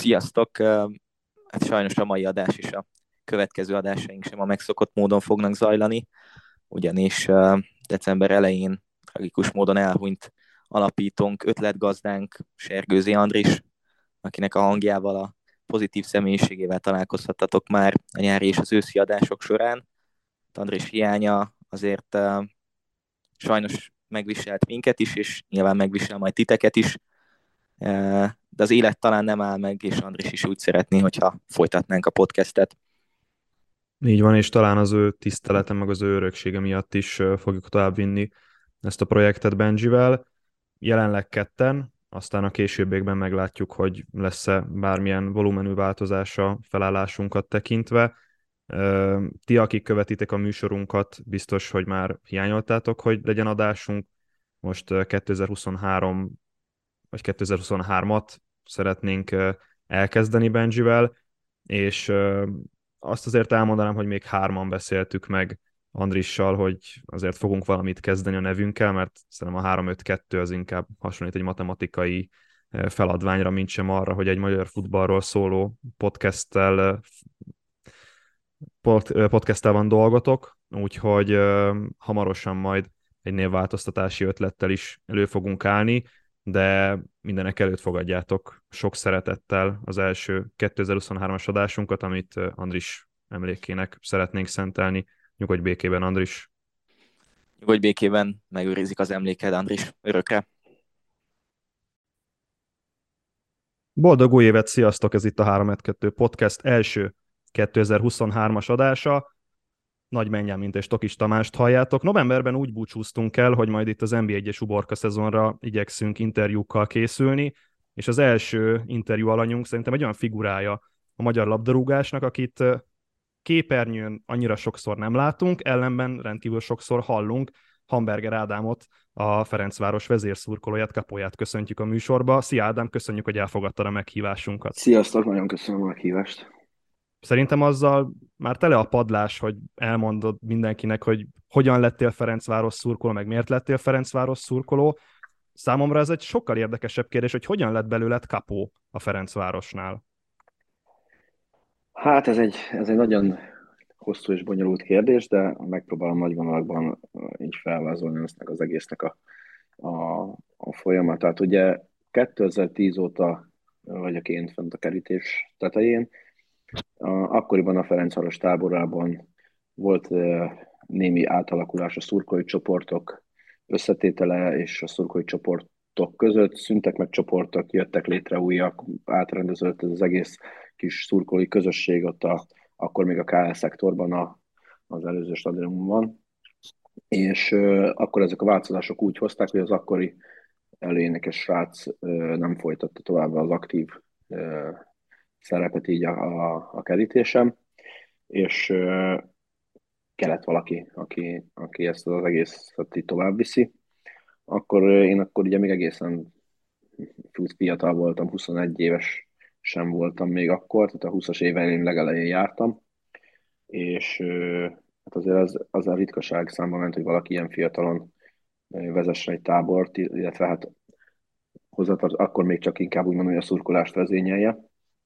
Sziasztok! Hát sajnos a mai adás és a következő adásaink sem a megszokott módon fognak zajlani, ugyanis december elején tragikus módon elhunyt alapítónk, ötletgazdánk, Sergőzi Andris, akinek a hangjával, a pozitív személyiségével találkozhattatok már a nyári és az őszi adások során. Andris hiánya azért sajnos megviselt minket is, és nyilván megvisel majd titeket is, de az élet talán nem áll meg, és Andris is úgy szeretné, hogyha folytatnánk a podcastet. Így van, és talán az ő tisztelete, meg az ő öröksége miatt is fogjuk továbbvinni ezt a projektet Benjivel. Jelenleg ketten, aztán a későbbiekben meglátjuk, hogy lesz-e bármilyen volumenű változása felállásunkat tekintve. Ti, akik követitek a műsorunkat, biztos, hogy már hiányoltátok, hogy legyen adásunk. Most 2023 vagy 2023-at szeretnénk elkezdeni Benjivel, és azt azért elmondanám, hogy még hárman beszéltük meg Andrissal, hogy azért fogunk valamit kezdeni a nevünkkel, mert szerintem a 3-5-2 az inkább hasonlít egy matematikai feladványra, mint sem arra, hogy egy magyar futballról szóló podcasttel van dolgotok, úgyhogy hamarosan majd egy névváltoztatási ötlettel is elő fogunk állni, de mindenek előtt fogadjátok sok szeretettel az első 2023-as adásunkat, amit Andris emlékének szeretnénk szentelni. Nyugodj békében, Andris! Nyugodj békében, megőrizik az emléked, Andris, örökre. Boldog új évet, sziasztok! Ez itt a 3-2 Podcast első 2023-as adása. Nagy Benjamint és Tokis Tamást halljátok. Novemberben úgy búcsúztunk el, hogy majd itt az NB1-es uborka szezonra igyekszünk interjúkkal készülni, és az első interjú alanyunk szerintem egy olyan figurája a magyar labdarúgásnak, akit képernyőn annyira sokszor nem látunk, ellenben rendkívül sokszor hallunk. Hamberger Ádámot, a Ferencváros vezérszurkolóját, kapóját köszöntjük a műsorba. Szia Ádám, köszönjük, hogy elfogadtad a meghívásunkat. Sziasztok, nagyon köszönöm a meghívást. Szerintem azzal már tele a padlás, hogy elmondod mindenkinek, hogy hogyan lettél Ferencváros szurkoló, meg miért lettél Ferencváros szurkoló. Számomra ez egy sokkal érdekesebb kérdés, hogy hogyan lett belőled kapó a Ferencvárosnál. Hát ez egy nagyon hosszú és bonyolult kérdés, de megpróbálom nagy vonalakban így felvázolni ennek az egésznek a, a folyamatát. Ugye 2010 óta vagyok én fent a kerítés tetején. Akkoriban a Ferencváros táborában volt némi átalakulás a szurkolói csoportok összetétele és a szurkolói csoportok között. Szűntek meg csoportok, jöttek létre újak, átrendeződött ez az egész kis szurkolói közösség ott akkor még a KL szektorban az előző stadionban. És akkor ezek a változások úgy hozták, hogy az akkori előénekes srác nem folytatta tovább az aktív szerepet így a kerítésem, és kellett valaki, aki ezt az egészet így tovább viszi. Én akkor ugye még egészen fiatal voltam, 21 éves sem voltam még akkor, tehát a 20-as éveim legelején jártam, és hát azért az a ritkaság számba ment, hogy valaki ilyen fiatalon vezessen egy tábort, illetve hát akkor még csak inkább úgymond, hogy a szurkolást vezényelje,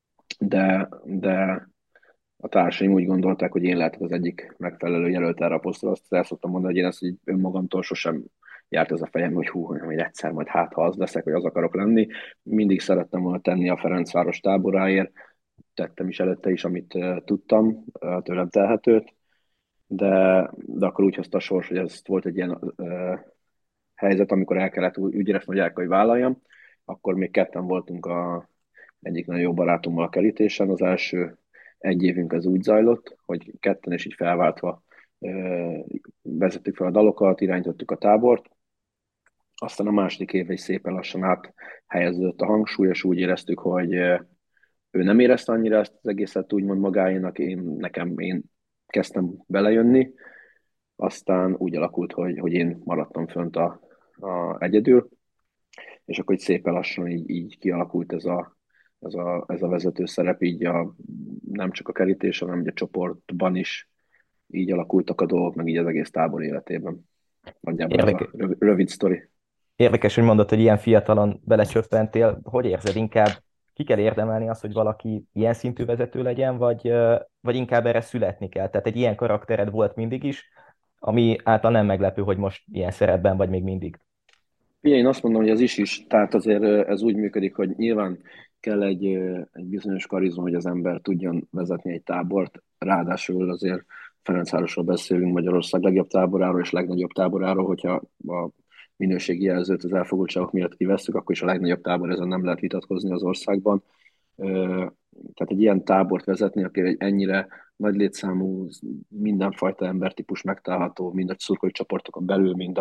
de a társaim úgy gondolták, hogy én lehetek az egyik megfelelő jelölt erre a posztra. Azt el szoktam mondani, hogy én ezt így önmagamtól sosem járt ez a fejem, hogy hogy egyszer majd ha az leszek, vagy az akarok lenni. Mindig szerettem volna tenni a Ferencváros táboráért, tettem is előtte is, amit tudtam, tőlem telhetőt, de akkor úgy hozta a sors, hogy ez volt egy ilyen helyzet, amikor el kellett úgy érezni, hogy el kell, hogy vállaljam. Akkor még ketten voltunk egyik nagyon jó barátommal a kerítésen. Az első egy évünk az úgy zajlott, hogy ketten és így felváltva vezettük fel a dalokat, irányítottuk a tábort. Aztán a második évben is szépen lassan áthelyeződött a hangsúly, és úgy éreztük, hogy ő nem érezte annyira ezt az egészet úgymond magáénak, én kezdtem belejönni, aztán úgy alakult, hogy én maradtam fönt egyedül, és akkor így szépen lassan így kialakult ez a vezető szerep, így nem csak a kerítés, hanem a csoportban is így alakultak a dolgok, meg így az egész tábor életében. Nagyjából ez a Érdekes, rövid sztori. érdekes, hogy mondod, hogy ilyen fiatalon belecsöppentél. Hogy érzed, inkább ki kell érdemelni azt, hogy valaki ilyen szintű vezető legyen, vagy inkább erre születni kell? Tehát egy ilyen karaktered volt mindig is, ami által nem meglepő, hogy most ilyen szerepben vagy még mindig. Ugye én azt mondom, hogy ez is, tehát azért ez úgy működik, hogy nyilván kell egy bizonyos karizma, hogy az ember tudjon vezetni egy tábort, ráadásul azért Ferencvárosról beszélünk, Magyarország legjobb táboráról és legnagyobb táboráról, hogyha a minőségi jelzőt az elfogultságok miatt kivesszük, akkor is a legnagyobb tábor, ezen nem lehet vitatkozni az országban. Tehát egy ilyen tábort vezetni, aki egy ennyire nagy létszámú, mindenfajta embertípus megtalálható, mind a szurkolói csoportokon belül, mind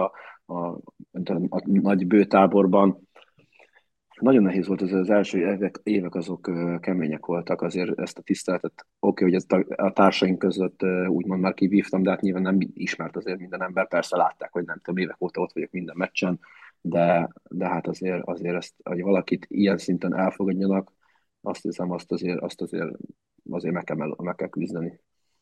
a nagy bőtáborban. Nagyon nehéz volt az első évek azok kemények voltak, azért ezt a tiszteletet, oké, hogy ezt a társaink között úgymond már kivívtam, de hát nyilván nem ismert azért minden ember, persze látták, hogy nem tudom, évek óta ott vagyok minden meccsen, de hát azért ezt, hogy valakit ilyen szinten elfogadjanak, azt hiszem, azért meg kell küzdeni.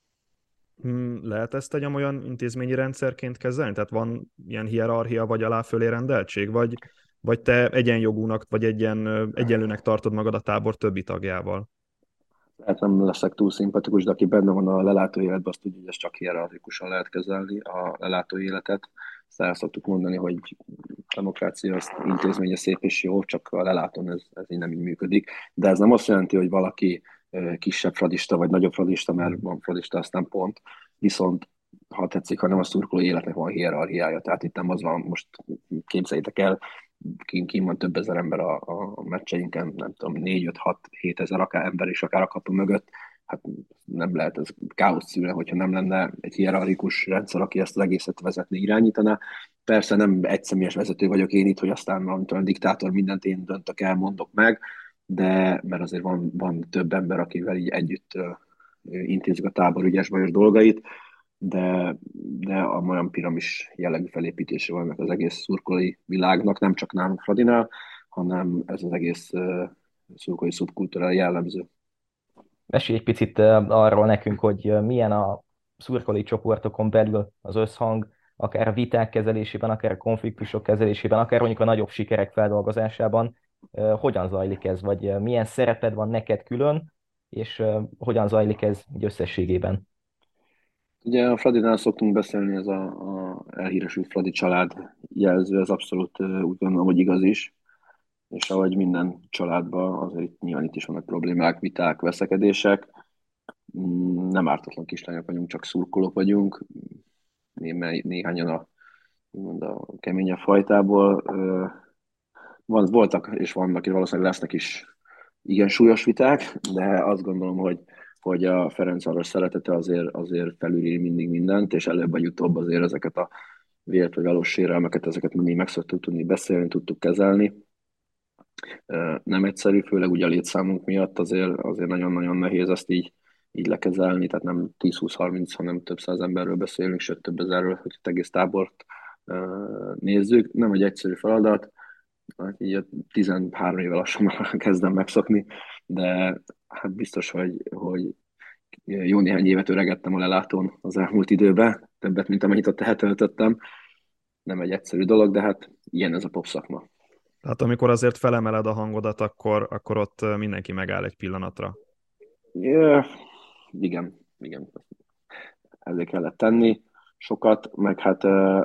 Lehet ezt egy olyan intézményi rendszerként kezelni? Tehát van ilyen hierarchia, vagy alá-fölé rendeltség, vagy te egyenjogúnak, vagy egyenlőnek tartod magad a tábor többi tagjával? Hát nem leszek túl szimpatikus, de aki benne van a lelátó életben, azt tudja, hogy ez csak hierarchikusan lehet kezelni a lelátó életet. Ezt el szoktuk mondani, hogy demokrácia, az intézménye szép és jó, csak a lelátón ez így nem így működik. De ez nem azt jelenti, hogy valaki kisebb fradista, vagy nagyobb fradista, mert van fradista, aztán pont. Viszont, ha tetszik, hanem a szurkoló életnek van hierarchiája. Tehát itt nem az van, most képzeljétek el, kín van több ezer ember a meccseinken, nem tudom, 4-5-6-7 ezer akár ember is akár a kapu mögött, hát nem lehet, ez káosz szülne, hogyha nem lenne egy hierarchikus rendszer, aki ezt az egészet vezetni, irányítaná. Persze nem egyszemélyes vezető vagyok én itt, hogy aztán a diktátor mindent én döntök el, mondok meg, de mert azért van több ember, akivel így együtt intézik a tábor ügyes bajos dolgait, de a olyan piramis jellegű felépítése vannak az egész szurkolói világnak, nem csak nálunk Fradinál, hanem ez az egész szurkolói szubkultúra jellemző. Mesélj egy picit arról nekünk, hogy milyen a szurkolói csoportokon belül az összhang, akár a viták kezelésében, akár a konfliktusok kezelésében, akár mondjuk a nagyobb sikerek feldolgozásában. Hogyan zajlik ez, vagy milyen szereped van neked külön, és hogyan zajlik ez így összességében? Ugye a Fradinál szoktunk beszélni, ez a elhíresült Fradi család jelző, ez abszolút úgy gondolom, hogy igaz is, és ahogy minden családban, azért nyilván itt is vannak problémák, viták, veszekedések. Nem ártatlan kislányok vagyunk, csak szurkolók vagyunk, néhányan úgymond a keményebb fajtából. Voltak és vannak, és valószínűleg lesznek is igen súlyos viták, de azt gondolom, hogy a Ferencváros szeretete azért felülír mindig mindent, és előbb vagy utóbb azért ezeket a vért vagy valós sérelmeket, ezeket mindig meg szoktuk tudni beszélni, tudtuk kezelni. Nem egyszerű, főleg ugye a létszámunk miatt azért nagyon-nagyon nehéz ezt így lekezelni, tehát nem 10-20-30, hanem több száz emberről beszélünk, sőt több ezerről, hogy egész tábort nézzük. Nem egy egyszerű feladat, hát így a 13 éve lassan már kezdem megszokni, de hát biztos, hogy jó néhány évet öregettem a lelátón az elmúlt időben, többet, mint amennyit ott eltöltöttem. Nem egy egyszerű dolog, de hát ilyen ez a pop szakma. Tehát amikor azért felemeled a hangodat, akkor ott mindenki megáll egy pillanatra. Yeah, igen, ezért kellett tenni sokat, meg hát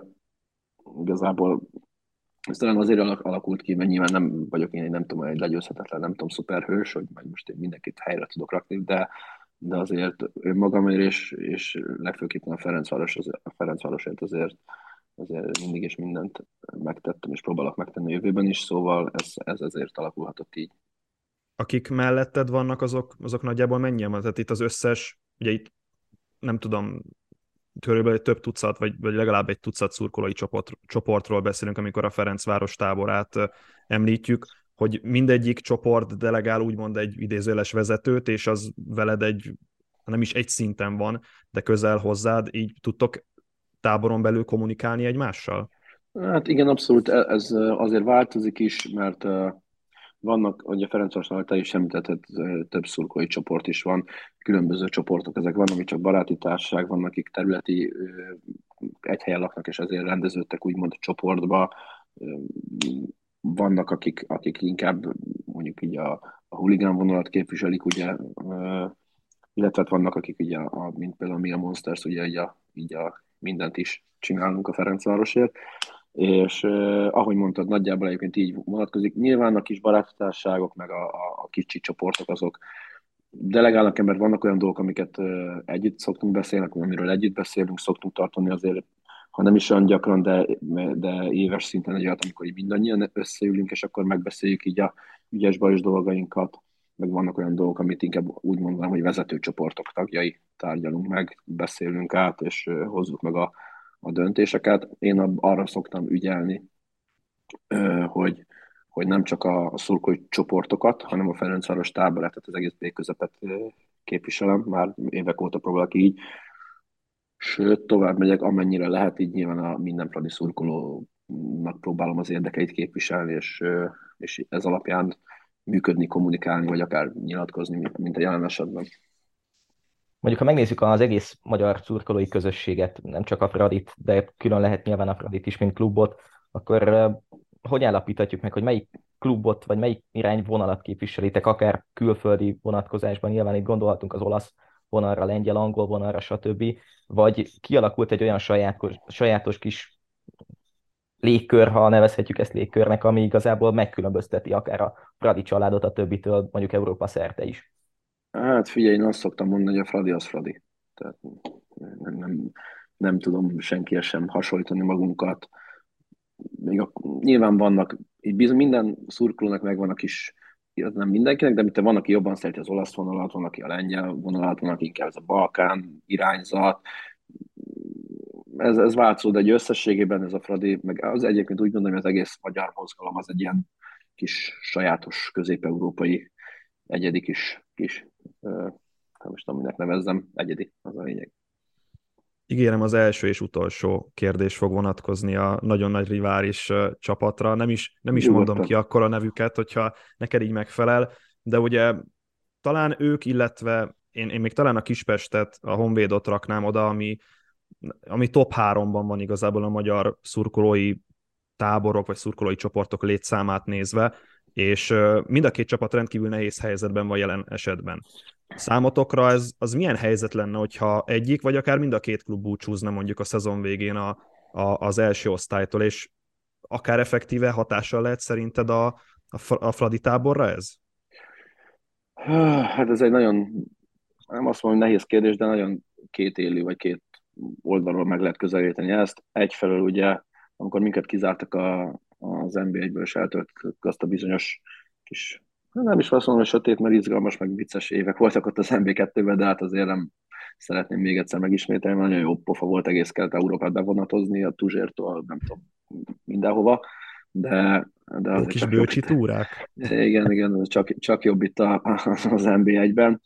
igazából ez talán azért alakult ki, mert nyilván nem vagyok én egy nem tudom, egy legyőzhetetlen, nem tudom, szuperhős, hogy majd most én mindenkit helyre tudok rakni, de azért önmagamért és legfőképpen a Ferencvárosért azért mindig és mindent megtettem, és próbálok megtenni a jövőben is, szóval ez ezért alakulhatott így. Akik melletted vannak, azok nagyjából mennyien van? Tehát itt az összes, ugye itt nem tudom, körülbelül több tucat, vagy legalább egy tucat szurkolói csoportról beszélünk, amikor a Ferencváros táborát említjük, hogy mindegyik csoport delegál úgymond egy idézőjeles vezetőt, és az veled nem is egy szinten van, de közel hozzád, így tudtok táboron belül kommunikálni egymással? Hát igen, abszolút ez azért változik is, mert vannak, ugye Ferencvárosnál te is említetted, több szurkolói csoport is van, különböző csoportok, ezek vannak, amik csak baráti társaság, vannak, akik területi egy helyen laknak, és ezért rendeződtek úgymond csoportba, vannak, akik inkább mondjuk így a a huligán vonalat képviselik, ugye, illetve vannak, akik ugye, mint például mi a Monsters, ugye így a mindent is csinálunk a Ferencvárosért, és ahogy mondtad, nagyjából egyébként így vonatkozik. Nyilván a kis barátságok, meg a kicsi csoportok azok delegálnak, mert vannak olyan dolgok, amiket együtt szoktunk beszélni, amiről együtt beszélünk, szoktunk tartani azért, ha nem is olyan gyakran, de éves szinten egy olyat, amikor így mindannyian összeülünk, és akkor megbeszéljük így a ügyes bajos dolgainkat, meg vannak olyan dolgok, amit inkább úgy mondanám, hogy vezetőcsoportok tagjai tárgyalunk meg, beszélünk át, és hozzuk meg a döntéseket. Én arra szoktam ügyelni, hogy nem csak a szurkolói csoportokat, hanem a Ferencváros táborát, tehát az egész B-közepet képviselem, már évek óta próbálok így, sőt, tovább megyek, amennyire lehet, így nyilván a minden fradi szurkolónak próbálom az érdekeit képviselni, és ez alapján működni, kommunikálni, vagy akár nyilatkozni, mint a jelen esetben. Mondjuk, ha megnézzük az egész magyar szurkolói közösséget, nem csak a Fradit, de külön lehet nyilván a Fradit is, mint klubot, akkor hogy állapíthatjuk meg, hogy melyik klubot, vagy melyik irányvonalat képviselitek, akár külföldi vonatkozásban, nyilván itt gondolhatunk az olasz vonalra, lengyel, angol vonalra, stb. Vagy kialakult egy olyan sajátos kis légkör, ha nevezhetjük ezt légkörnek, ami igazából megkülönbözteti akár a Fradi családot a többitől, mondjuk Európa szerte is. Hát figyelj, én azt szoktam mondani, hogy a Fradi az Fradi. Tehát nem tudom senkihez sem hasonlítani magunkat. Nyilván vannak, így minden szurkolónak megvan a kis, nem mindenkinek, de van, aki jobban szereti az olasz vonalat, van, aki a lengyel vonalat, van, aki inkább ez a Balkán irányzat. Ez változó, de egy összességében ez a Fradi, meg az egyébként úgy gondolom, hogy az egész magyar mozgalom az egy ilyen kis sajátos közép-európai egyedi kis nem is tudom, minek nevezzem, egyedi, az a lényeg. Ígérem, az első és utolsó kérdés fog vonatkozni a nagyon nagy rivális csapatra. Nem is mondom ki akkor a nevüket, hogyha neked így megfelel, de ugye talán ők, illetve én még talán a Kispestet, a Honvédot raknám oda, ami top 3-ban van igazából a magyar szurkolói táborok, vagy szurkolói csoportok létszámát nézve, és mind a két csapat rendkívül nehéz helyzetben van jelen esetben. Számotokra az milyen helyzet lenne, hogyha egyik, vagy akár mind a két klub búcsúzna mondjuk a szezon végén az első osztálytól, és akár effektíve hatással lehet szerinted a Fradi táborra ez? Hát ez egy nagyon, nem azt mondom, hogy nehéz kérdés, de nagyon kétélű, vagy két oldalról meg lehet közelíteni ezt. Egyfelől ugye, amikor minket kizártak az NB1-ből, és eltöltöttük azt a bizonyos kis, nem is azt mondom, hogy sötét, mert izgalmas, meg vicces évek voltak ott az NB2-ben, de hát azért nem szeretném még egyszer megismételni, nagyon jó pofa volt egész Kelet-Európát bevonatozni, a Tuzsértól, nem tudom, mindenhova, de Jó kis bölcsi túrák. Igen, csak jobb itt az NB1-ben.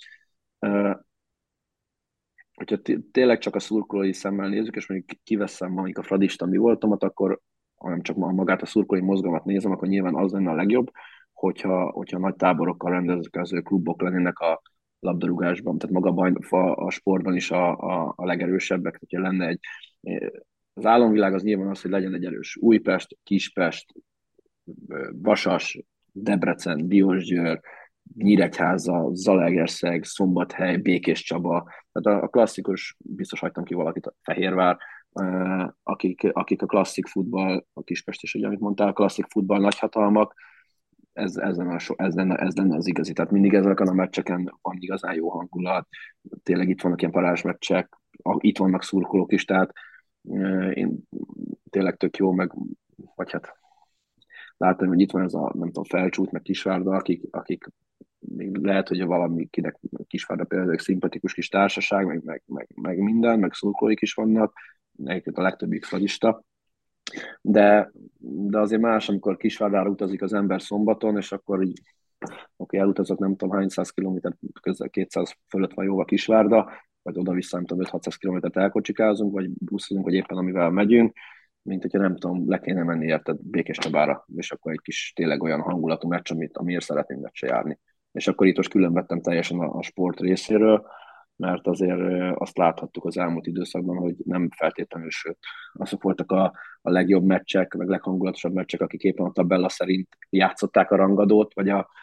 Hogyha tényleg csak a szurkolói szemmel nézzük, és mondjuk kiveszem mondjuk a fradista mi voltomat, akkor hanem csak magát a szurkolói mozgalmat nézem, akkor nyilván az lenne a legjobb, hogyha nagy táborokkal rendelkező klubok lennének a labdarúgásban, tehát maga a sportban is a legerősebbek, hogyha lenne az álomvilág az nyilván az, hogy legyen egy erős Újpest, Kispest, Vasas, Debrecen, Diósgyőr, Nyíregyháza, Zalaegerszeg, Szombathely, Békéscsaba, tehát a klasszikus, biztos hagytam ki valakit, a Fehérvár, akik a klasszik futball, a Kispest is, ugye, amit mondtál, a klasszik futball nagyhatalmak, ez lenne az igazi. Tehát mindig ezeken a meccseken van igazán jó hangulat, tényleg itt vannak ilyen parázsmeccsek, itt vannak szurkolók is, tehát én tényleg tök jó, meg vagy hát láttam, hogy itt van ez a, nem tudom, Felcsút, meg Kisvárda, akik még lehet, hogy valamikinek Kisvárda például szimpatikus kis társaság, meg minden, meg szurkolóik is vannak, egyébként a legtöbbik fradista, de azért más, amikor Kisvárdára utazik az ember szombaton, és akkor így oké, elutazok nem tudom hány száz kilométer, közel 200 fölött van jóval Kisvárda, vagy oda-vissza nem tudom 5-600 kilométert elkocsikázunk, vagy buszozunk, vagy éppen amivel megyünk, mint hogyha nem tudom, le kéne menni érted Békéscsabára, és akkor egy kis tényleg olyan hangulatú meccs, amiért szeretnénk meccse járni. És akkor itt most külön vettem teljesen a sport részéről, mert azért azt láthattuk az elmúlt időszakban, hogy nem feltétlenül, sőt, azok voltak a legjobb meccsek, meg leghangulatosabb meccsek, akik éppen a tabella szerint játszották a rangadót, vagy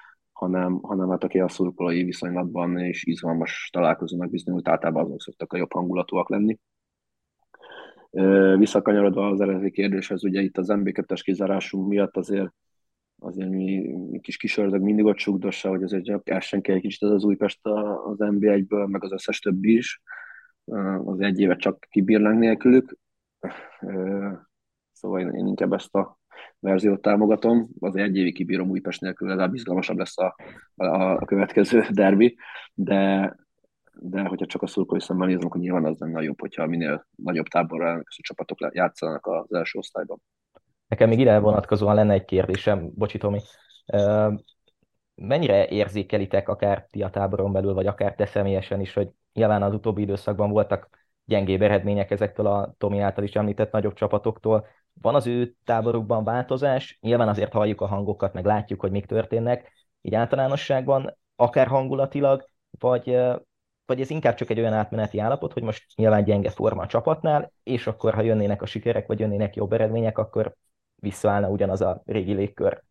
hanem hát aki a szurkolói viszonylatban és izgalmas találkozónak bizonyult, általában azok szoktak a jobb hangulatúak lenni. Visszakanyarodva az eredeti kérdéshez, ugye itt az MB2-es kizárásunk miatt azért mi kis kisördög mindig ott sugdossa, hogy azért essen ki egy kicsit az Újpest az NB1-ből, meg az összes többi is. Az egy évet csak kibírnánk nélkülük. Szóval én inkább ezt a verziót támogatom. Az egy évig kibírom Újpest nélkül, legalább izgalmasabb lesz a következő derbi, de hogyha csak a szurkolói szemmel nézem, akkor nyilván az lenne jobb, hogyha minél nagyobb táborra ellenkező csapatok játszanak az első osztályban. Nekem még ide vonatkozóan lenne egy kérdésem, bocsi Tomi. Mennyire érzékelitek, akár ti a táboron belül, vagy akár te személyesen is, hogy nyilván az utóbbi időszakban voltak gyengébb eredmények ezektől a Tomi által is említett nagyobb csapatoktól. Van az ő táborukban változás? Nyilván azért halljuk a hangokat, meg látjuk, hogy mik történnek, így általánosságban, akár hangulatilag, vagy ez inkább csak egy olyan átmeneti állapot, hogy most nyilván gyenge forma a csapatnál, és akkor, ha jönnének a sikerek, vagy jönnének jobb eredmények, akkor visszaállna ugyanaz a régi légkör.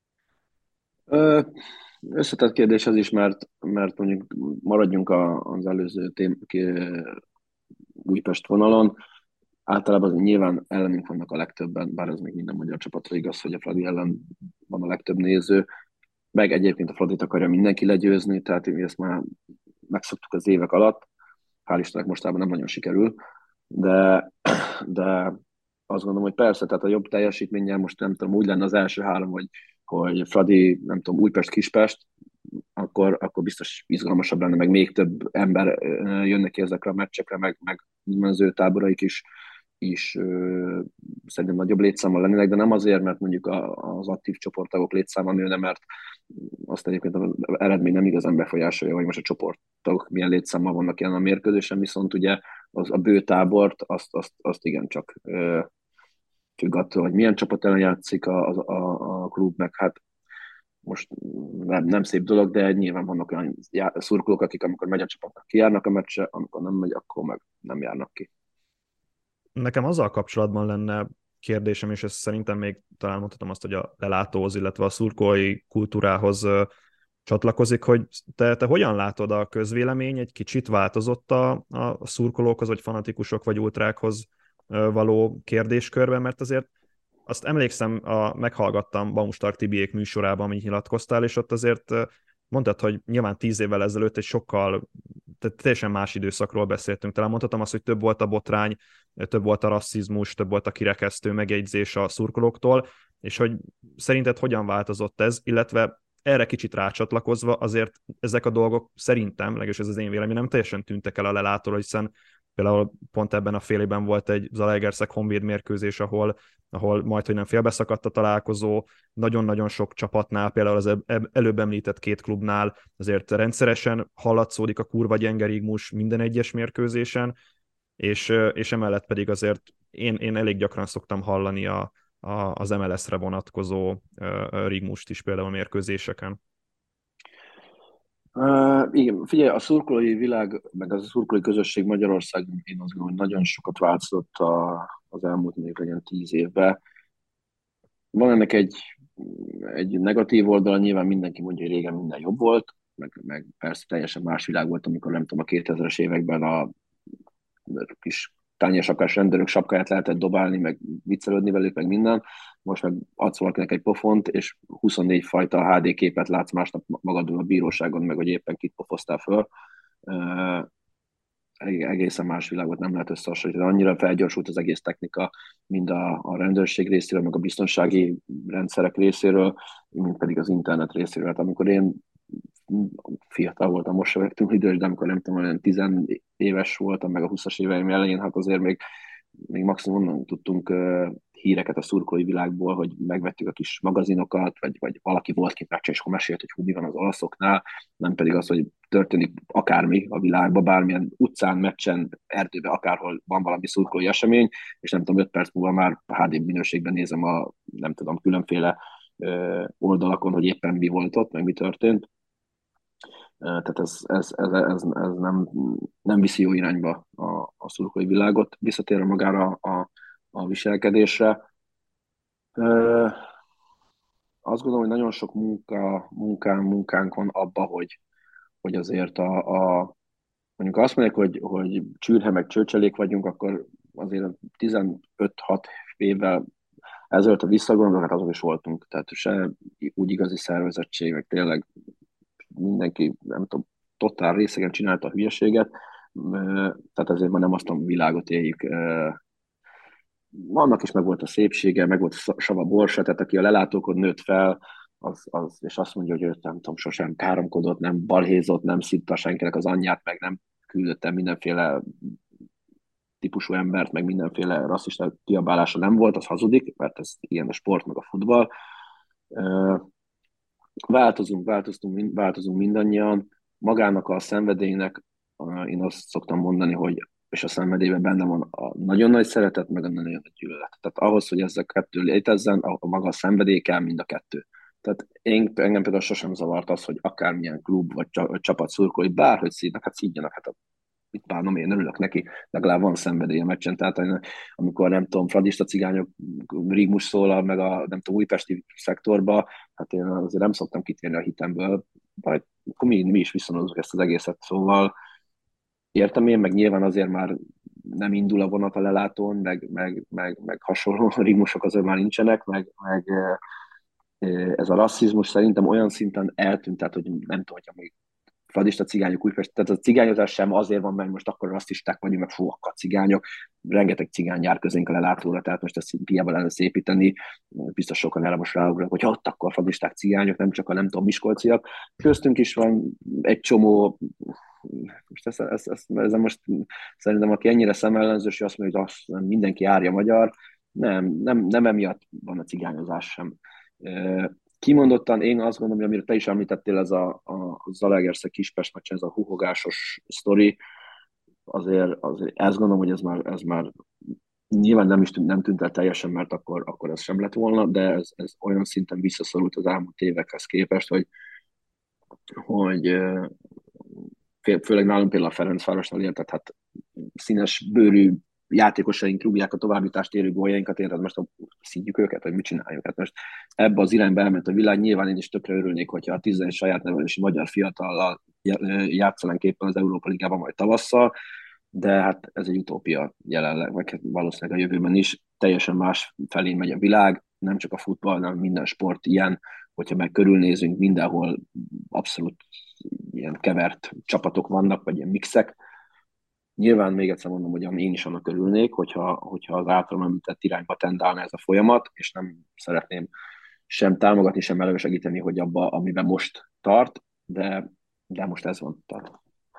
Összetett kérdés az is, mert mondjuk maradjunk az előző Újpest vonalon. Általában nyilván ellenünk vannak a legtöbben, bár ez még minden magyar csapatra igaz, hogy a Fradi ellen van a legtöbb néző, meg egyébként a Fradit akarja mindenki legyőzni, tehát mi ezt már megszoktuk az évek alatt. Hál' Istennek mostában nem nagyon sikerül, de azt gondolom, hogy persze, tehát a jobb teljesítménnyel most nem tudom, úgy lenne az első három, hogy Fradi, nem tudom, Újpest, Kispest, akkor biztos izgalmasabb lenne, meg még több ember jönne ki ezekre a meccsekre, meg az ő táboraik is szerintem nagyobb létszámmal lennének, de nem azért, mert mondjuk az aktív csoporttagok létszáma nőne, mert azt egyébként az eredmény nem igazán befolyásolja, hogy most a csoporttagok milyen létszámmal vannak jelen a mérkőzésen, viszont ugye a bő tábort, azt igencsak függ attól, hogy milyen csapat ellen játszik a klub, meg hát most nem szép dolog, de nyilván vannak olyan szurkolók, akik amikor megy a csapatnak kijárnak a meccse, amikor nem megy, akkor meg nem járnak ki. Nekem azzal kapcsolatban lenne kérdésem, és ezt szerintem még talán mondhatom azt, hogy a lelátóhoz, illetve a szurkolói kultúrához csatlakozik, hogy te hogyan látod, a közvélemény egy kicsit változott a szurkolókhoz, vagy fanatikusok, vagy ultrákhoz való kérdéskörben, mert azért azt emlékszem, meghallgattam Baumstark Tibiék műsorában, amit nyilatkoztál, és ott azért mondtad, hogy nyilván 10 évvel ezelőtt egy sokkal, tehát teljesen más időszakról beszéltünk. Talán mondhatom azt, hogy több volt a botrány, több volt a rasszizmus, több volt a kirekesztő megjegyzés a szurkolóktól, és hogy szerinted hogyan változott ez, illetve erre kicsit rácsatlakozva azért ezek a dolgok szerintem, legalábbis ez az én véleményem, teljesen tűntek el a lelátóra, hiszen például pont ebben a fél évben volt egy Zalaegerszeg Honvéd mérkőzés, ahol majdhogy nem félbeszakadt a találkozó, nagyon-nagyon sok csapatnál, például az előbb említett két klubnál azért rendszeresen hallatszódik a kurva gyenge rigmus minden egyes mérkőzésen, és emellett pedig azért én elég gyakran szoktam hallani az MLS-re vonatkozó rigmust is például a mérkőzéseken. Igen, figyelj, a szurkolói világ, meg az a szurkolói közösség Magyarországon, én azt gondolom, hogy nagyon sokat változott az elmúlt még legyen 10 évben. Van ennek egy negatív oldala, nyilván mindenki mondja, hogy régen minden jobb volt, meg persze teljesen más világ volt, amikor nem tudom, a 2000-es években a kis tányérsapkás rendőrök sapkáját lehetett dobálni, meg viccelődni velük, meg minden. Most meg adsz valakinek egy pofont, és 24 fajta HD képet látsz másnap magadról a bíróságon, meg hogy éppen kit pofoztál föl. Egészen más világot nem lehet összehasonlítani. Annyira felgyorsult az egész technika, mind a rendőrség részéről, meg a biztonsági rendszerek részéről, mint pedig az internet részéről. Hát amikor én fiatal voltam, most sem vettünk idős, de amikor nem tudom, olyan 10 éves voltam, meg a 20-as éveim elején, hát azért még maximum onnan tudtunk híreket a szurkolói világból, hogy megvettük a kis magazinokat, vagy valaki volt kint meccsen, és akkor mesélt, hogy mi van az olaszoknál, nem pedig az, hogy történik akármi a világban, bármilyen utcán, meccsen, erdőben, akárhol van valami szurkolói esemény, és nem tudom, 5 perc múlva már HD minőségben nézem nem tudom, különféle oldalakon, hogy éppen mi volt ott, meg mi történt. Tehát ez nem viszi jó irányba a szurkolói világot, visszatérve magára a viselkedésre. azt gondolom, hogy nagyon sok munkánk van abba, hogy azért mondjuk azt mondják, hogy csürhe meg csőcselék vagyunk, akkor azért 15-6 évvel ezelőtt a visszagondolok, hát azok is voltunk. Tehát se úgy igazi szervezettség, meg tényleg mindenki, nem tudom, totál részegen csinálta a hülyeséget, tehát ezért már nem azt a világot éljük. Annak is meg volt a szépsége, meg volt a sava borsa, tehát aki a lelátókon nőtt fel, és azt mondja, hogy ő nem tudom, sosem káromkodott, nem balhézott, nem szitta senkinek az anyját, meg nem küldöttem mindenféle típusú embert, meg mindenféle rasszista kiabálása nem volt, az hazudik, mert ez ilyen a sport, meg a futball. Változunk mindannyian. Magának a szenvedélynek én azt szoktam mondani, hogy és a szenvedélyben benne van a nagyon nagy szeretet, meg a nagyon nagy gyűlölet. Tehát ahhoz, hogy ezek kettő létezzen, a maga a szenvedély kell mind a kettő. Tehát engem például sosem zavart az, hogy akármilyen klub vagy csapat szurkolói bárhogy szídnak, hát szídjanak, hát mit bánom, én örülök neki, legalább van szenvedélye meccsen. Tehát amikor nem tudom, fradista cigányok rigmus szólal, meg a nem tudom, újpesti szektorba, hát én azért nem szoktam kitérni a hitemből, vagy akkor mi is viszonozunk ezt az egészet, szóval értem én, meg nyilván azért már nem indul a vonat a lelátón, meg hasonló rigmusok azért már nincsenek, meg ez a rasszizmus szerintem olyan szinten eltűnt, tehát hogy nem tudom, hogy még fradista cigányok Újpest, tehát a cigányozás sem azért van, mert most akkor rasszisták vagyunk, meg fú, akkor cigányok, rengeteg cigány jár közénk a lelátóra, tehát most ezt hiába lenne szépíteni, biztos sokan erre most ráugranak, hogy ott akkor fradisták cigányok, nem csak a nem tudom, miskolciak. Köztünk is van egy csomó, most ez most szerintem aki ennyire szemellenzős, hogy azt mondja, hogy azt mindenki árja magyar, nem emiatt van a cigányozás sem. Kimondottan én azt gondolom, hogy amire te is említettél, ez a Zalaegerszeg Kispest meccsen, ez a huhogásos sztori, azért ezt gondolom, hogy ez már nyilván nem tűnt el teljesen, mert akkor ez sem lett volna, de ez olyan szinten visszaszorult az elmúlt évekhez képest, hogy főleg nálunk például a Ferencvárosnál érted, hát színes bőrű játékosaink rúgják a továbbítást érő góljainkat, érted, most szidjuk őket, vagy mit csináljuk. Hát most ebbe az irányba elment a világ, nyilván én is tökre örülnék, hogyha a 10 saját nevelési magyar fiatallal játszanánk éppen az Európa Ligában majd tavasszal, de hát ez egy utópia jelenleg, vagy hát valószínűleg a jövőben is. Teljesen más felé megy a világ, nem csak a futball, hanem minden sport ilyen, hogyha meg körülnézünk, mindenhol abszolút ilyen kevert csapatok vannak, vagy ilyen mixek. Nyilván még egyszer mondom, hogy én is annak örülnék, hogyha az általam említett irányba tendálna ez a folyamat, és nem szeretném sem támogatni, sem elősegíteni, hogy abba, amiben most tart, de most ez van. Tehát,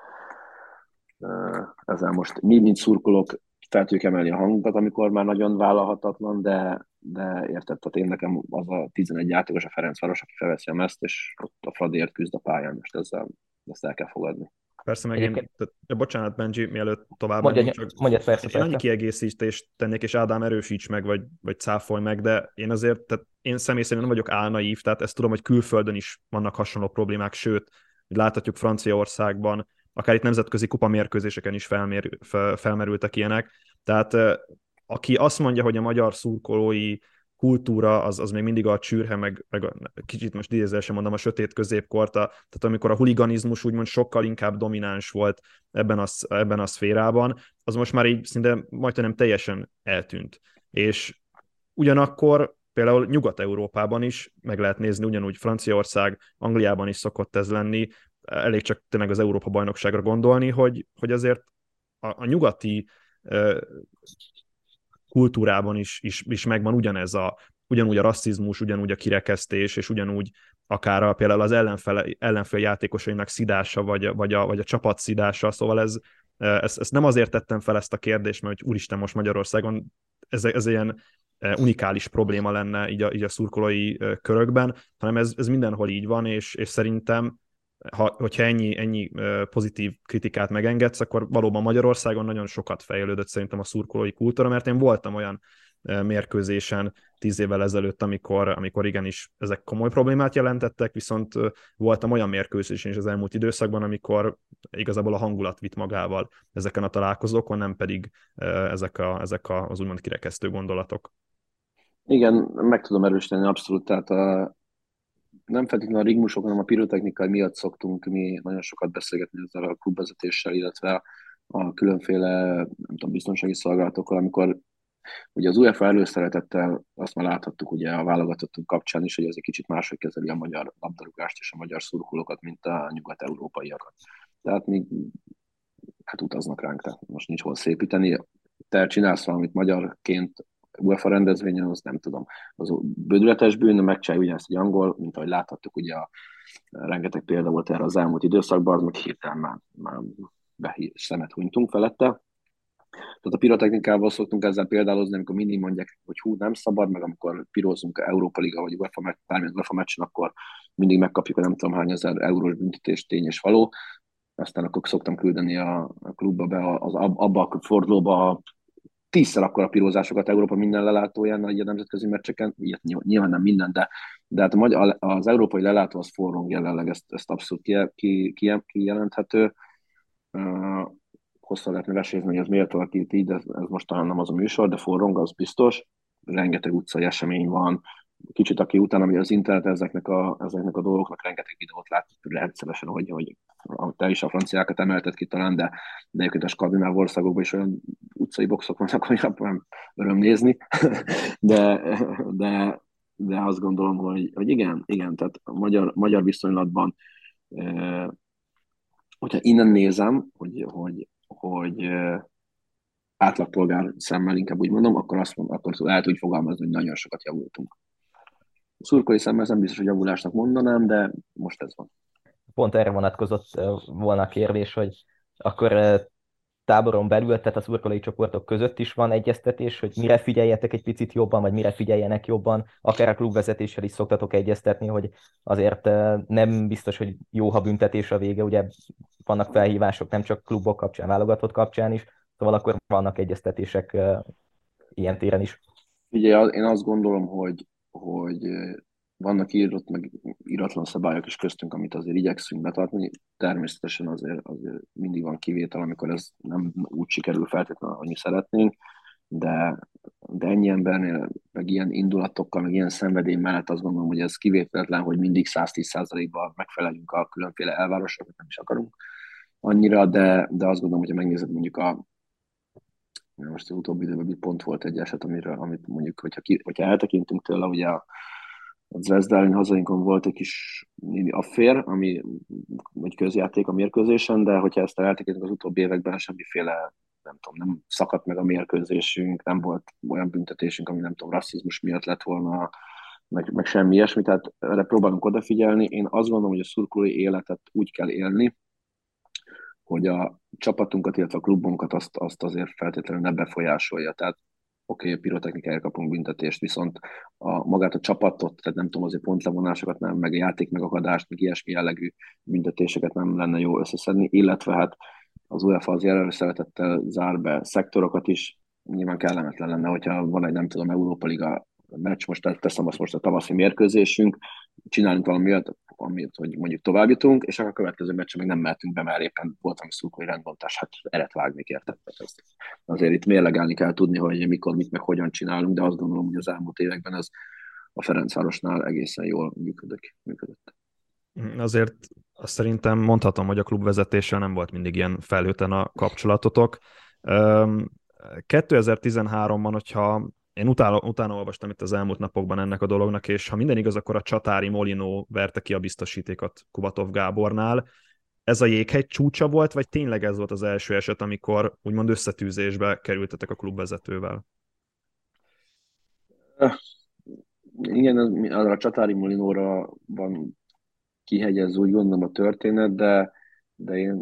ezzel most mi, mint szurkolók, fel tudjuk emelni a hangunkat, amikor már nagyon vállalhatatlan, de érted, tehát én nekem az a 11 játékos a Ferencváros, aki felveszi a mezt, és ott a Fradiért küzd a pályán, most ezt el kell fogadni. Persze, meg Egyébként... bocsánat, Benji, mielőtt tovább mondja, persze. Én annyi kiegészítést tennék, és Ádám erősíts meg, vagy cáfolj meg, de én azért, tehát én személy szerint nem vagyok álnaív, tehát ezt tudom, hogy külföldön is vannak hasonló problémák, sőt, hogy láthatjuk Franciaországban, akár itt nemzetközi kupamérkőzéseken is felmerültek ilyenek. Tehát aki azt mondja, hogy a magyar szurkolói kultúra az még mindig a csürhe, meg kicsit most idézősen mondom, a sötét középkort, tehát amikor a huliganizmus úgymond sokkal inkább domináns volt ebben a szférában, az most már így szinte majdnem teljesen eltűnt. És ugyanakkor például Nyugat-Európában is meg lehet nézni, ugyanúgy Franciaország, Angliában is szokott ez lenni, elég csak tényleg az Európa-bajnokságra gondolni, hogy azért a nyugati kultúrában is megvan ugyanúgy a rasszizmus, ugyanúgy a kirekesztés, és ugyanúgy akár például az ellenfél játékosainak szidása, vagy a csapat szidása, szóval ezt nem azért tettem fel ezt a kérdést, mert hogy úristen, most Magyarországon ez ilyen unikális probléma lenne így a szurkolói körökben, hanem ez mindenhol így van, és szerintem hogyha ennyi pozitív kritikát megengedsz, akkor valóban Magyarországon nagyon sokat fejlődött szerintem a szurkolói kultúra, mert én voltam olyan mérkőzésen 10 évvel ezelőtt, amikor igenis ezek komoly problémát jelentettek, viszont voltam olyan mérkőzésen is az elmúlt időszakban, amikor igazából a hangulat vitt magával ezeken a találkozókon, nem pedig ezek az úgymond kirekesztő gondolatok. Igen, meg tudom erősíteni abszolút, tehát nem feltétlenül a rigmusok, hanem a pirotechnikai miatt szoktunk mi nagyon sokat beszélgetni ezzel a klubvezetéssel, illetve a különféle, nem tudom, biztonsági szolgálatokkal, amikor ugye az UEFA előszeretettel azt már láthattuk ugye a válogatottunk kapcsán is, hogy ez egy kicsit máshogy kezeli a magyar labdarúgást és a magyar szurkolókat, mint a nyugat-európaiakat. Tehát mi hát utaznak ránk, tehát most nincs hol szépíteni. Te csinálsz valamit magyarként UEFA rendezvényen, az nem tudom. Az bődületes bűn, megcsinálja ugyanezt egy angol, mint ahogy láthattuk, ugye rengeteg példa volt erre az elmúlt időszakban, az meg hirtelen már szemet hunytunk felette. Tehát a pirotechnikával szoktunk ezzel példálozni, amikor mindig mondják, hogy hú, nem szabad, meg amikor pirózunk Európa Liga vagy bármilyen UEFA meccsen, akkor mindig megkapjuk a nem tudom hány ezer eurós büntetést, tény és való. Aztán akkor szoktam küldeni a klubba be, abba a fordulóba 10-szer akkor a pirózásokat Európa minden lelátóján, a nemzetközi meccseken, nyilván nem minden, de hát az európai lelátó az forrong jelenleg, ezt abszolút kijelenthető. Hosszan lehetne vesézni, hogy ez miért alakít így, de ez most talán nem az a műsor, de forrong, az biztos. Rengeteg utcai esemény van. Kicsit, aki utána megy az internet ezeknek a dolgoknak, rengeteg videót lát rendszeresen, hogy te is a franciákat emelted ki talán, de egyébként a skandináv országokban is olyan utcai boxok vannak, hogy nem öröm nézni. de, de azt gondolom, hogy igen, tehát a magyar viszonylatban, hogyha innen nézem, hogy átlagpolgár szemmel inkább úgy mondom, akkor lehet úgy fogalmazni, hogy nagyon sokat javultunk. A szurkolói szemmel nem biztos, hogy javulásnak mondanám, de most ez van. Pont erre vonatkozott volna a kérdés, hogy akkor táboron belül, tehát a szurkolói csoportok között is van egyeztetés, hogy mire figyeljetek egy picit jobban, vagy mire figyeljenek jobban, akár a klubvezetéssel is szoktatok egyeztetni, hogy azért nem biztos, hogy jó, ha büntetés a vége, ugye vannak felhívások nem csak klubok kapcsán, válogatott kapcsán is, szóval akkor vannak egyeztetések ilyen téren is. Ugye én azt gondolom, hogy vannak írott, meg íratlan szabályok is köztünk, amit azért igyekszünk betartani. Természetesen azért mindig van kivétel, amikor ez nem úgy sikerül feltétlenül, ahogy mi szeretnénk, de ennyi embernél, meg ilyen indulatokkal, meg ilyen szenvedély mellett azt gondolom, hogy ez kivételetlen, hogy mindig 110%-ban megfeleljünk a különféle elvárásoknak, nem is akarunk annyira, de azt gondolom, hogyha megnézed mondjuk most az utóbbi időben pont volt egy eset, amit mondjuk, hogyha eltekintünk tőle, ugye a Zvezda ellen hazainkon volt egy kis affér, ami egy közjáték a mérkőzésen, de hogyha ezt eltekintünk az utóbbi években semmiféle, nem tudom, nem szakadt meg a mérkőzésünk, nem volt olyan büntetésünk, ami nem tudom, rasszizmus miatt lett volna, meg semmi ilyesmi, tehát erre próbálunk odafigyelni. Én azt gondolom, hogy a szurkolói életet úgy kell élni, hogy a csapatunkat, illetve a klubunkat azt azért feltétlenül ne befolyásolja. Tehát oké, a pirotechnikáért kapunk büntetést, viszont magát a csapatot, tehát nem tudom, azért pontlevonásokat nem, meg a játék megakadást, meg ilyesmi jellegű büntetéseket nem lenne jó összeszedni, illetve hát az UEFA az jelenleg szeretettel zár be szektorokat is, nyilván kellemetlen lenne, hogyha van egy, nem tudom, Európa Liga meccs, teszem azt most a tavaszi mérkőzésünk, csinálunk valami olyat, amit, hogy mondjuk tovább jutunk, és akkor a következő meccsen meg nem mehetünk be, mert éppen volt valami szurkolói rendbontás, hát eret vágni érted. Azért itt mérlegelni kell tudni, hogy mikor, mit, meg hogyan csinálunk, de azt gondolom, hogy az elmúlt években ez a Ferencvárosnál egészen jól működött. Azért azt szerintem mondhatom, hogy a klubvezetéssel nem volt mindig ilyen felhőten a kapcsolatotok. 2013-ban, hogyha én utána olvastam itt az elmúlt napokban ennek a dolognak, és ha minden igaz, akkor a csatári Molinó verte ki a biztosítékot Kubatov Gábornál. Ez a jéghegy csúcsa volt, vagy tényleg ez volt az első eset, amikor úgymond összetűzésbe kerültetek a klubvezetővel? Igen, a csatári Molinóra van kihegyezve, úgy gondolom, a történet, de én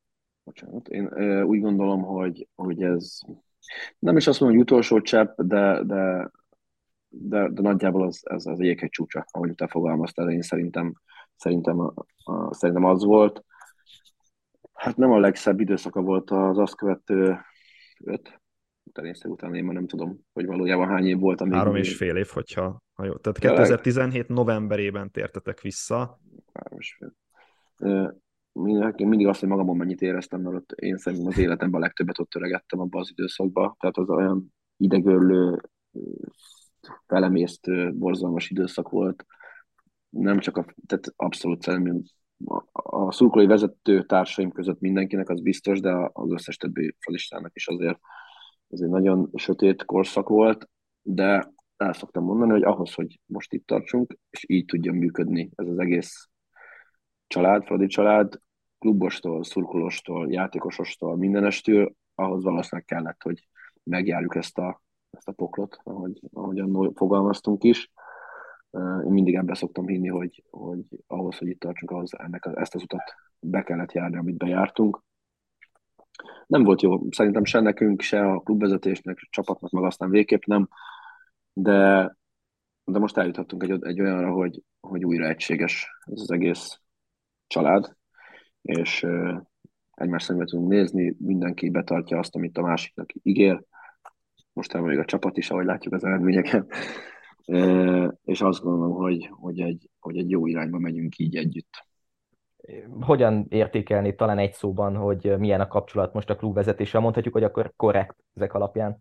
úgy gondolom, hogy ez nem is azt mondom, hogy utolsó csepp, de nagyjából ez az jéghegy csúcsa, ahogy te fogalmaztál, én szerintem az volt. Hát nem a legszebb időszaka volt az azt követő 5, utána én már nem tudom, hogy valójában hány év volt. 3,5 év, hogyha jó. Tehát 2017 novemberében tértetek vissza. 3,5. Mindig azt, hogy magamon mennyit éreztem, mert ott én szerintem az életemben a legtöbbet ott töregettem abban az időszakban. Tehát az olyan idegörlő, felemésztő, borzalmas időszak volt. nem csak tehát abszolút szerintem a szurkolói vezető társaim között mindenkinek az biztos, de az összes többi falistának is azért nagyon sötét korszak volt, de el szoktam mondani, hogy ahhoz, hogy most itt tartsunk, és így tudjon működni ez az egész család, Fradi család, klubostól, szurkolóstól, játékosostól, mindenestől, ahhoz valószínűleg kellett, hogy megjárjuk ezt a poklot, ahogy annól fogalmaztunk is. Én mindig ebben szoktam hinni, hogy ahhoz, hogy itt tartsunk, ahhoz ezt az utat be kellett járni, amit bejártunk. Nem volt jó, szerintem se nekünk, se a klubvezetésnek, a csapatnak, meg aztán végképp nem, de, de most eljutottunk egy olyanra, hogy újra egységes ez az egész család, és egymás szembe tudunk nézni, mindenki betartja azt, amit a másiknak ígér, most még a csapat is, ahogy látjuk az eredményeket, és azt gondolom, hogy egy jó irányba megyünk így együtt. Hogyan értékelni talán egy szóban, hogy milyen a kapcsolat most a klubvezetéssel? Mondhatjuk, hogy akkor korrekt ezek alapján.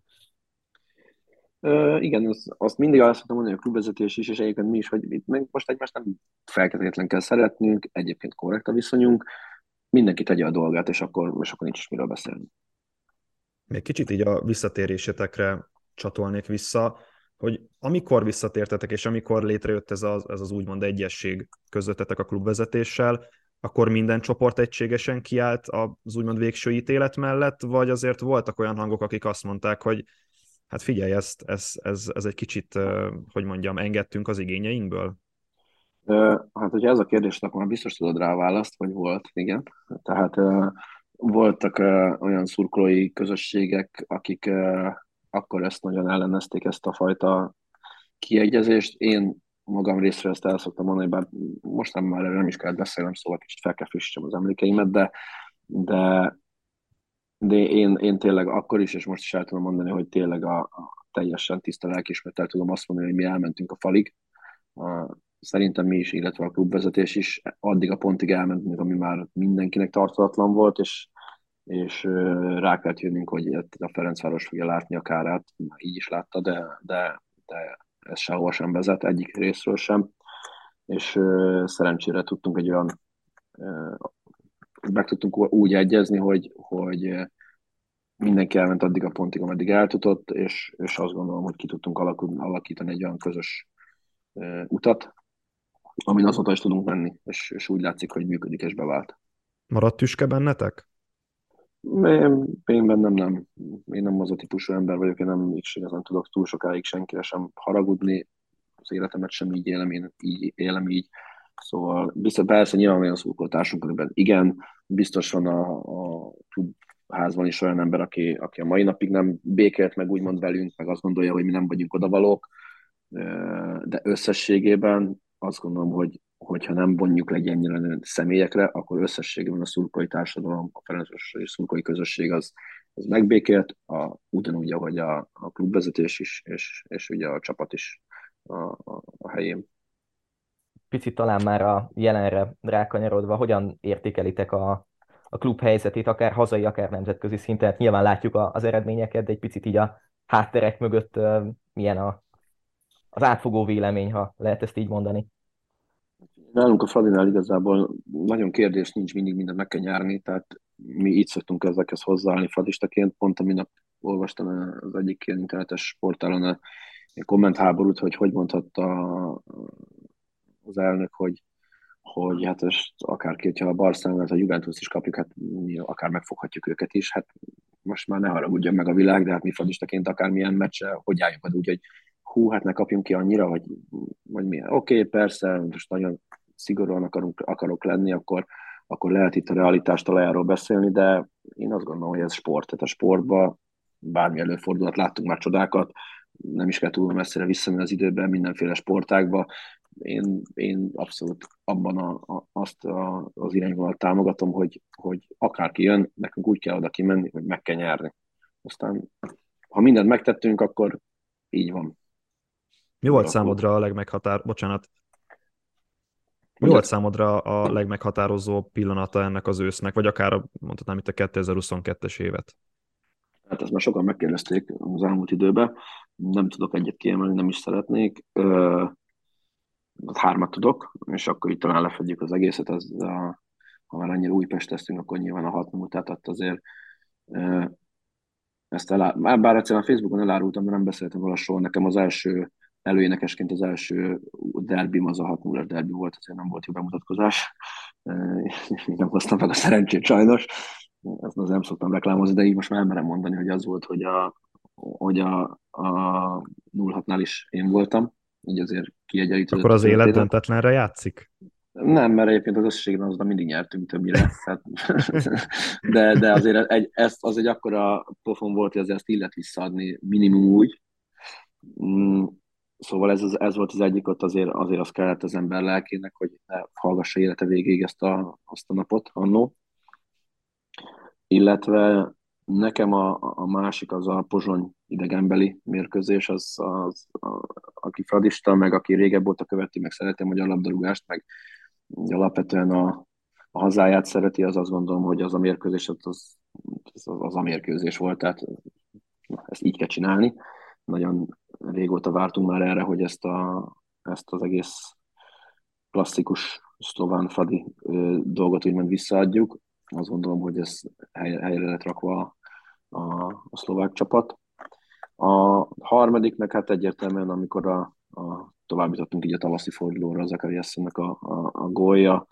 Igen, azt mindig azt szoktam mondani, hogy a klubvezetés is, és egyébként mi is, hogy itt meg most egymást nem feltétlenül kell szeretnünk, egyébként korrekt a viszonyunk, mindenki tegye a dolgát, és akkor nincs is miről beszélni. Még kicsit így a visszatérésetekre csatolnék vissza, hogy amikor visszatértetek, és amikor létrejött ez az úgymond egyesség közöttetek a klubvezetéssel, akkor minden csoport egységesen kiállt az úgymond végső ítélet mellett, vagy azért voltak olyan hangok, akik azt mondták, hogy hát figyelj, ez egy kicsit, hogy mondjam, engedtünk az igényeinkből? Hát, hogyha ez a kérdés, akkor már biztos tudod rá a választ, vagy volt, igen. Tehát voltak olyan szurkolói közösségek, akik akkor ezt nagyon ellenezték, ezt a fajta kiegyezést. Én magam részről ezt el szoktam mondani, bár most már erről nem is kellett beszélnem, szóval kicsit fel kell frissítsem az emlékeimet, de, de én tényleg akkor is, és most is el tudom mondani, hogy tényleg a teljesen tiszta lelkiismerettel tudom azt mondani, hogy mi elmentünk a falig. Szerintem mi is, illetve a klubvezetés is addig a pontig elmentünk, ami már mindenkinek tartalatlan volt, és rá kellett jönnünk, hogy a Ferencváros fogja látni a kárát, már így is látta, de ez sehova sem vezet, egyik részről sem, és szerencsére tudtunk egy olyan, meg tudtunk úgy egyezni, hogy mindenki elment addig a pontig, ameddig el tudott, és azt gondolom, hogy ki tudtunk alakítani egy olyan közös utat, amin azóta is tudunk menni, és úgy látszik, hogy működik és bevált. Maradt tüske bennetek? Én bennem nem. Én nem az a típusú ember vagyok, én nem is igazán tudok túl sokáig senkire sem haragudni, az életemet sem így élem, én így élem így. Szóval biztos, persze nyilván olyan szurkolótársunk, amiben igen, biztos van a klubházban is olyan ember, aki a mai napig nem békélt meg úgymond velünk, meg azt gondolja, hogy mi nem vagyunk odavalók, de összességében azt gondolom, hogyha nem bonjuk le ennyire személyekre, akkor összességében a szurkolói társadalom, a Ferencvárosi szurkolói közösség az megbékélt, ugyanúgy, ahogy a klubvezetés is, és ugye a csapat is a helyén. Picit talán már a jelenre rákanyarodva, hogyan értékelitek a klub helyzetét, akár hazai, akár nemzetközi szinten? Hát nyilván látjuk az eredményeket, de egy picit így a hátterek mögött milyen az átfogó vélemény, ha lehet ezt így mondani. Nálunk a Fradinál igazából nagyon kérdés nincs, mindig mindent meg kell nyerni, tehát mi így szoktunk ezekhez hozzáállni fradistaként. Pont a minap olvastam az egyik ilyen internetes portálon egy kommentháborút, hogy mondhatta az elnök, hogy hát ezt akárki, ha a Barcelonát, a Juventus is kapjuk, hát mi akár megfoghatjuk őket is. Hát most már ne haragudjon meg a világ, de hát mi fradistaként akármilyen meccse, hogy álljunk úgy, hogy hú, hát ne kapjunk ki annyira, vagy milyen. Oké, persze, most nagyon szigorúan akarok lenni, akkor lehet itt a realitás talajáról beszélni, de én azt gondolom, hogy ez sport. Tehát a sportban bármi előfordulhat, láttunk már csodákat, nem is kell túl messzire visszamenni az időben, mindenféle sportákba. Én abszolút abban az irányvonalat támogatom, hogy akárki jön, nekünk úgy kell oda kimenni, hogy meg kell nyerni. Aztán, ha mindent megtettünk, akkor így van. Mi volt számodra a Mi volt számodra a legmeghatározó pillanata ennek az ősznek, vagy akár mondhatnám itt a 2022-es évet? Hát ezt már sokan megkérdezték az elmúlt időben, nem tudok egyet kiemelni, nem is szeretnék. hármat tudok, és akkor itt talán lefedjük az egészet, ha már annyira Újpest-eztünk, akkor nyilván a 6-0, tehát ott azért bár egyszerűen a Facebookon elárultam, de nem beszéltem róla soha. Nekem az első előénekesként az első derbim az a 6-0-as derbi volt, azért nem volt jó bemutatkozás. Nem hoztam meg a szerencsét sajnos. Ezt nem szoktam reklámozni, de így most már merem mondani, hogy az volt, hogy a 0-6-nál is én voltam. Így azért kiegyenlítődött Akkor a az élet történet. döntetlenre játszik? Nem, mert egyébként az összességben azban mindig nyertünk többnyire. Tehát, de azért az egy akkora pofon volt, hogy azért ezt illet visszaadni minimum úgy. Szóval ez volt az egyik, ott azért az kellett az ember lelkének, hogy ne hallgassa élete végéig azt a napot annó. Illetve nekem a másik az a Pozsony idegenbeli mérkőzés, aki fradista, meg aki régebb óta követi, meg szeretem, hogy a labdarúgást, meg alapvetően a hazáját szereti, az azt gondolom, hogy az a mérkőzés az a mérkőzés volt, tehát ezt így kell csinálni. Nagyon régóta vártunk már erre, hogy ezt az egész klasszikus szlován fradi dolgot úgymond visszaadjuk. Azt gondolom, hogy ez helyre lett rakva a szlovák csapat. A harmadik, meg hát egyértelműen, amikor tovább jutottunk így a tavaszi fordulóra, az Zakariasszonnak a gólja.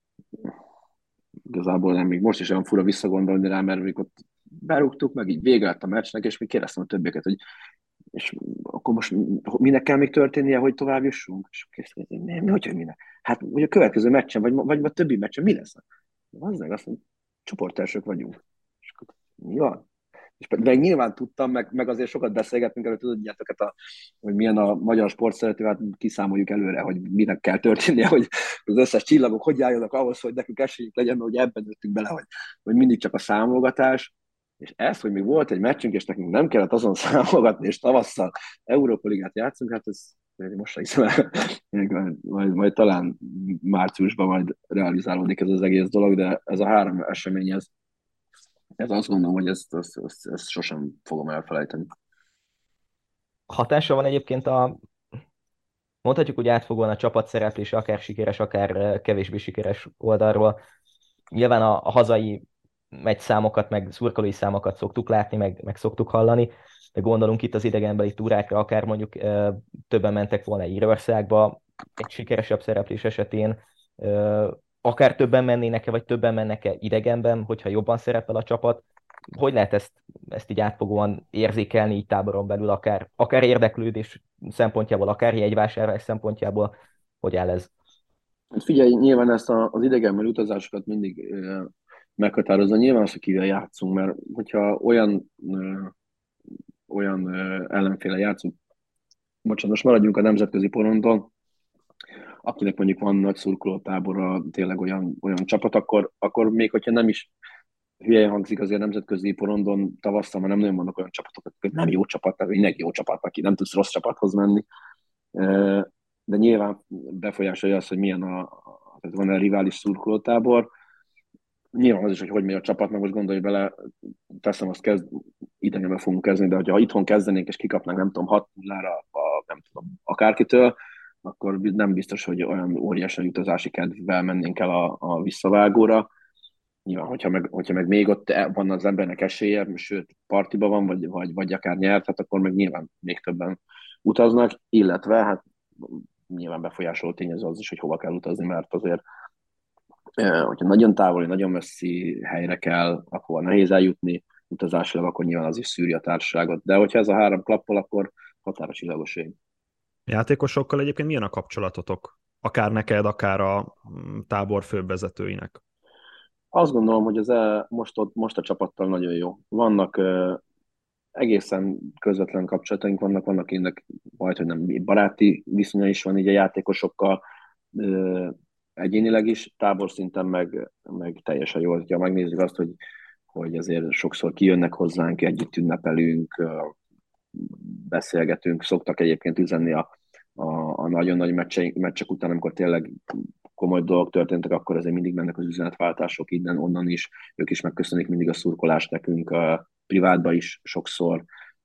Igazából nem, még most is olyan fura visszagondolni rá, mert még ott berúgtuk, meg így vége lett a meccsnek, és még kérdeztem a többieket, hogy és akkor most minek kell még történnie, hogy tovább jussunk? És kérdeztem, hogy minek? Hát, hogy a következő meccsen, vagy a többi meccsen mi lesz? Azt mondja, csoportelsők vagyunk. És akkor, mi van? De nyilván tudtam, meg azért sokat beszélgettünk előtt, tudjátok, hogy milyen a magyar sportszerető, hát kiszámoljuk előre, hogy minek kell történnie, hogy az összes csillagok hogy álljanak ahhoz, hogy nekünk esélyünk legyen, hogy ebben jöttünk bele, hogy mindig csak a számolgatás. És ez, hogy még volt egy meccsünk, és nekünk nem kellett azon számolgatni, és tavasszal Európa Ligát játszunk, hát ez most se hiszem el. Majd talán márciusban majd realizálódik ez az egész dolog, de ez a három esemény, ez azt gondolom, hogy ezt sosem fogom elfelejteni. Hatása van egyébként mondhatjuk úgy átfogóan a csapatszereplés, akár sikeres, akár kevésbé sikeres oldalról. Nyilván a hazai meccszámokat, meg szurkolói számokat szoktuk látni, meg szoktuk hallani, de gondolunk itt az idegenbeli túrákra, akár mondjuk többen mentek volna Írországba, egy sikeresebb szereplés esetén, akár többen mennének-e, vagy többen mennek-e idegenben, hogyha jobban szerepel a csapat. Hogy lehet ezt így átfogóan érzékelni így táboron belül, akár érdeklődés szempontjából, akár jegyvásárlás szempontjából, hogy áll ez? Hát figyelj, nyilván ezt az idegenbeli utazásokat mindig meghatározza, nyilván az, hogy kivel játszunk, mert hogyha olyan ellenféle játszunk, bocsánat, most maradjunk a nemzetközi porondon, akinek mondjuk van nagy szurkolótábora, tényleg olyan csapat, akkor még hogyha nem is hülye hangzik, azért nemzetközi porondon tavasszal, mert nem nagyon vannak olyan csapatok, akik nem jó csapat, tehát mindenki jó csapat, aki nem tudsz rossz csapathoz menni. De nyilván befolyásolja az, hogy milyen tehát van-e rivális szurkolótábor. Nyilván az is, hogy megy a csapat, meg most gondolj bele, teszem azt idegenben fogunk kezdeni, de ha itthon kezdenénk és kikapnánk, nem tudom, 6-0-ra, nem tudom, akárkitől, akkor nem biztos, hogy olyan óriási utazási kedvvel mennénk el a visszavágóra. Nyilván, hogyha meg még ott van az embernek esélye, sőt, partiba van, vagy akár nyert, hát akkor meg nyilván még többen utaznak, illetve hát nyilván befolyásoló tényező az is, hogy hova kell utazni, mert azért, hogyha nagyon távoli, nagyon messzi helyre kell, akkor nehéz eljutni utazásilag, akkor nyilván az is szűri a társaságot. De hogyha ez a három klappol, akkor határos csillagos ég. Játékosokkal egyébként milyen a kapcsolatotok? Akár neked, akár a tábor fővezetőinek? Azt gondolom, hogy most a csapattal nagyon jó. Vannak egészen közvetlen kapcsolataink vannak ennek majd, hogy nem baráti viszonya is van így a játékosokkal, egyénileg is, táborszinten meg teljesen jó. Ha megnézzük azt, hogy azért sokszor kijönnek hozzánk, együtt ünnepelünk, beszélgetünk, szoktak egyébként üzenni a nagyon nagy meccsek után, amikor tényleg komoly dolgok történtek, akkor azért mindig mennek az üzenetváltások innen, onnan is. Ők is megköszönik mindig a szurkolást nekünk, privátban is sokszor.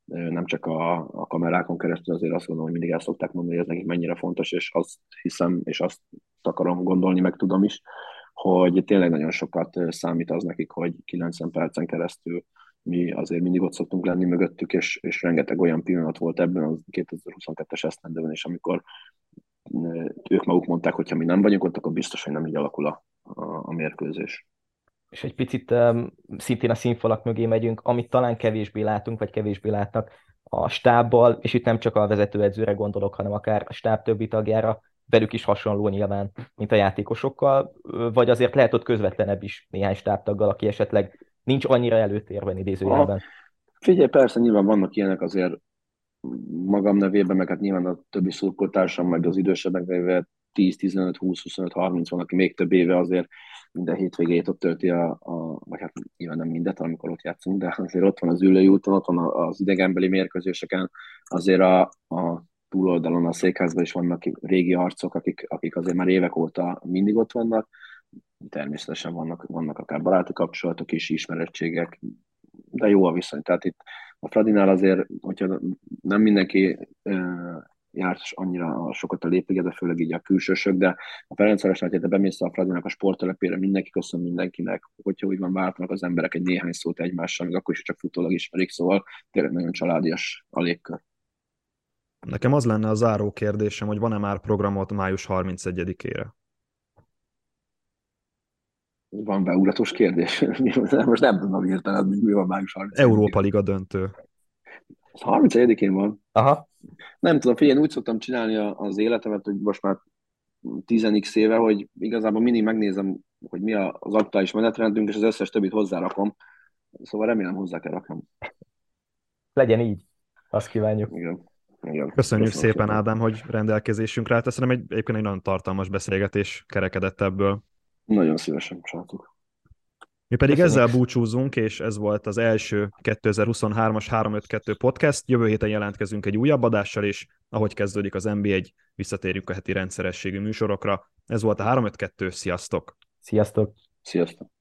nem csak a kamerákon keresztül, azért azt gondolom, hogy mindig el szokták mondani, hogy ez nekik mennyire fontos, és azt hiszem, és azt akarom gondolni, meg tudom is, hogy tényleg nagyon sokat számít az nekik, hogy 90 percen keresztül mi azért mindig ott szoktunk lenni mögöttük, és rengeteg olyan pillanat volt ebben a 2022-es esztendőben is, amikor ők maguk mondták, hogy ha mi nem vagyunk ott, akkor biztos, hogy nem így alakul a mérkőzés. És egy picit szintén a színfalak mögé megyünk, amit talán kevésbé látunk, vagy kevésbé látnak a stábbal, és itt nem csak a vezetőedzőre gondolok, hanem akár a stáb többi tagjára, velük is hasonló nyilván, mint a játékosokkal, vagy azért lehet ott közvetlenebb is néhány stábtaggal, aki esetleg nincs annyira előtérben idézőjelben. Figyelj, persze nyilván vannak ilyenek azért magam nevében, meg hát nyilván a többi szurkoltársam, meg az idősebbek nevében 10, 15, 20, 25, 30 van, aki még több éve azért minden hétvégét ott tölti vagy hát nyilván nem mindet, amikor ott játszunk, de azért ott van az ülői úton, ott van az idegenbeli mérkőzéseken, azért a túloldalon, a székházban is vannak régi arcok, akik azért már évek óta mindig ott vannak, természetesen vannak akár baráti kapcsolatok is, ismerettségek, de jó a viszony. Tehát itt a Fradinál azért, hogyha nem mindenki járt annyira sokat a lépége, de főleg így a külsősök, de a Ferencvárosnál, hogyha te bemész a Fradinak a sporttelepére, mindenki köszön mindenkinek, hogyha úgy van, váltanak az emberek egy néhány szót egymással, még akkor is csak futólag ismerik, szóval tényleg nagyon családias a légkör. Nekem az lenne a záró kérdésem, hogy van-e már programot május 31-ére? Van beugratos kérdés? Most nem tudom hirtelen, mi van május 31-én. Európa Liga döntő. 31-én van. Aha. Nem tudom, figyelj, én úgy szoktam csinálni az életemet, hogy most már 10x éve, hogy igazából mindig megnézem, hogy mi az aktuális menetrendünk, és az összes többit hozzárakom. Szóval remélem hozzá kell raknom. Legyen így. Azt kívánjuk. Igen. Igen. Köszönjük szépen, Ádám, hogy rendelkezésünkre állt. Szerintem egyébként egy nagyon tartalmas beszélgetés kerekedett ebből. Nagyon szívesen csináltuk. Mi pedig Köszönjük. ezzel búcsúzunk, és ez volt az első 2023-as 352 podcast. Jövő héten jelentkezünk egy újabb adással, és ahogy kezdődik az NB1, visszatérjünk a heti rendszerességű műsorokra. Ez volt a 352, sziasztok! Sziasztok! Sziasztok!